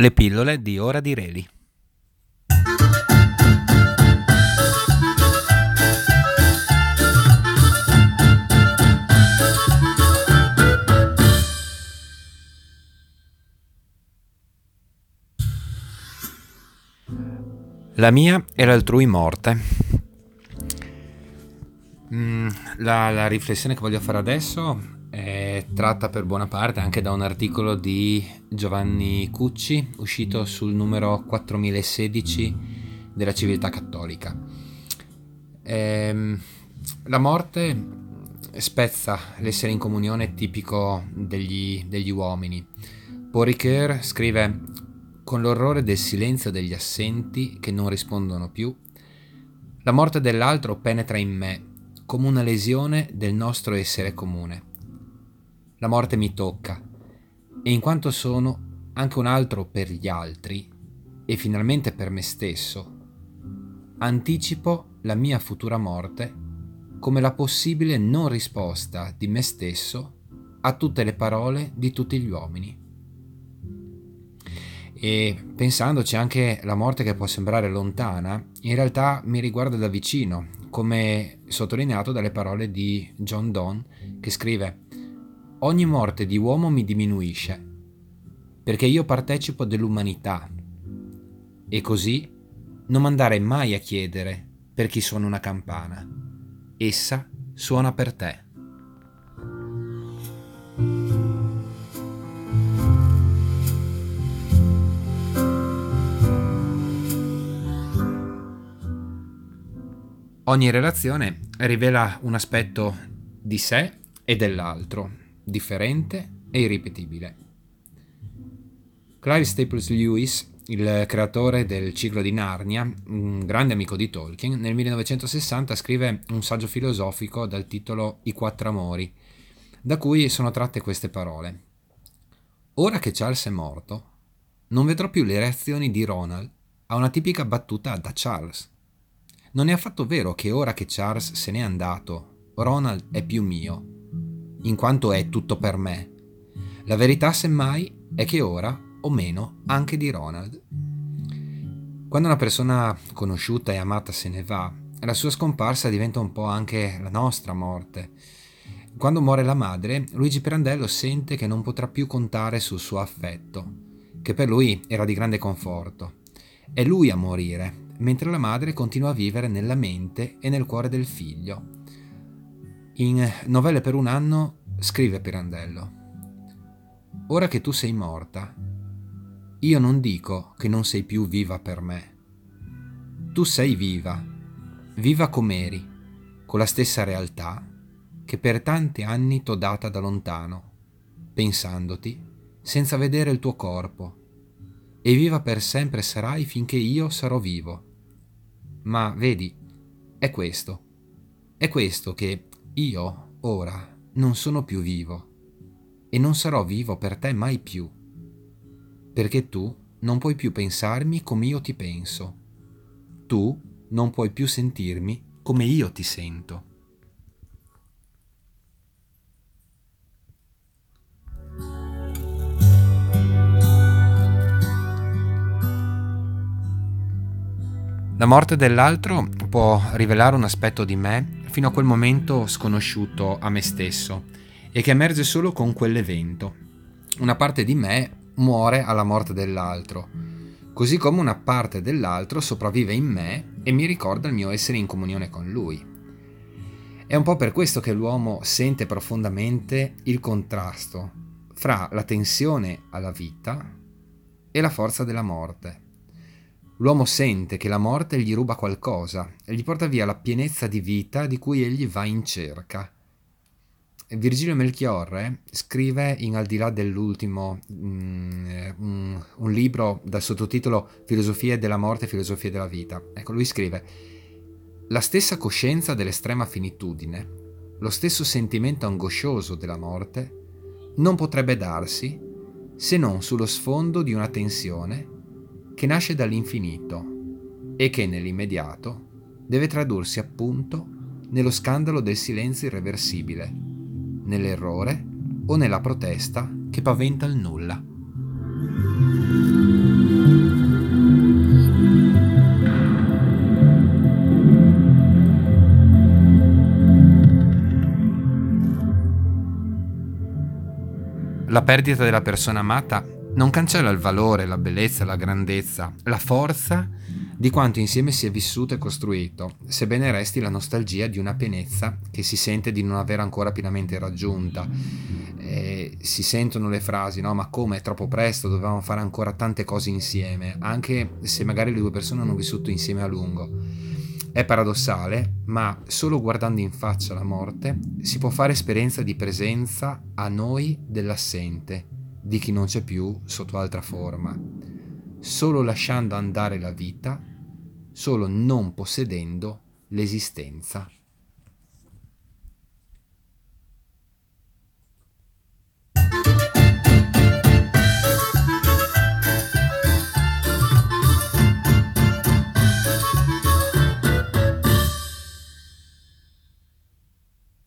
Le pillole di Ora di Reli. La mia e l'altrui morte. La riflessione che voglio fare adesso è tratta per buona parte anche da un articolo di Giovanni Cucci uscito sul numero 4016 della Civiltà Cattolica. La morte spezza l'essere in comunione tipico degli uomini. Paul Ricoeur scrive: con l'orrore del silenzio degli assenti che non rispondono più, la morte dell'altro penetra in me come una lesione del nostro essere comune. La morte mi tocca, e in quanto sono anche un altro per gli altri, e finalmente per me stesso, anticipo la mia futura morte come la possibile non risposta di me stesso a tutte le parole di tutti gli uomini. E pensandoci, anche la morte, che può sembrare lontana, in realtà mi riguarda da vicino, come sottolineato dalle parole di John Donne, che scrive: ogni morte di uomo mi diminuisce, perché io partecipo dell'umanità, e così non mandare mai a chiedere per chi suona una campana, essa suona per te. Ogni relazione rivela un aspetto di sé e dell'altro, differente e irripetibile. Clive Staples Lewis, il creatore del ciclo di Narnia, un grande amico di Tolkien, nel 1960 scrive un saggio filosofico dal titolo I Quattro Amori, da cui sono tratte queste parole. Ora che Charles è morto, non vedrò più le reazioni di Ronald a una tipica battuta da Charles. Non è affatto vero che ora che Charles se n'è andato, Ronald è più mio, in quanto è tutto per me. La verità, semmai, è che ora ho meno anche di Ronald. Quando una persona conosciuta e amata se ne va, la sua scomparsa diventa un po' anche la nostra morte. Quando muore la madre, Luigi Pirandello sente che non potrà più contare sul suo affetto, che per lui era di grande conforto. È lui a morire, mentre la madre continua a vivere nella mente e nel cuore del figlio. In Novelle per un anno scrive Pirandello: ora che tu sei morta, io non dico che non sei più viva per me. Tu sei viva, viva com'eri, con la stessa realtà che per tanti anni t'ho data da lontano, pensandoti senza vedere il tuo corpo, e viva per sempre sarai finché io sarò vivo. Ma vedi, è questo che io ora non sono più vivo, e non sarò vivo per te mai più, perché tu non puoi più pensarmi come io ti penso, tu non puoi più sentirmi come io ti sento. La morte dell'altro può rivelare un aspetto di me fino a quel momento sconosciuto a me stesso e che emerge solo con quell'evento. Una parte di me muore alla morte dell'altro, così come una parte dell'altro sopravvive in me e mi ricorda il mio essere in comunione con lui. È un po' per questo che l'uomo sente profondamente il contrasto fra la tensione alla vita e la forza della morte. L'uomo sente che la morte gli ruba qualcosa e gli porta via la pienezza di vita di cui egli va in cerca. Virgilio Melchiorre scrive in Al di là dell'ultimo un libro dal sottotitolo Filosofia della morte e filosofia della vita. Ecco, lui scrive: la stessa coscienza dell'estrema finitudine, lo stesso sentimento angoscioso della morte non potrebbe darsi se non sullo sfondo di una tensione che nasce dall'infinito e che nell'immediato deve tradursi appunto nello scandalo del silenzio irreversibile, nell'errore o nella protesta che paventa il nulla. la perdita della persona amata non cancella il valore, la bellezza, la grandezza, la forza di quanto insieme si è vissuto e costruito, sebbene resti la nostalgia di una pienezza che si sente di non aver ancora pienamente raggiunta. Si sentono le frasi, no? Ma come, è troppo presto, dovevamo fare ancora tante cose insieme, anche se magari le due persone hanno vissuto insieme a lungo. È paradossale, ma solo guardando in faccia la morte si può fare esperienza di presenza a noi dell'assente, di chi non c'è più sotto altra forma, solo lasciando andare la vita, solo non possedendo l'esistenza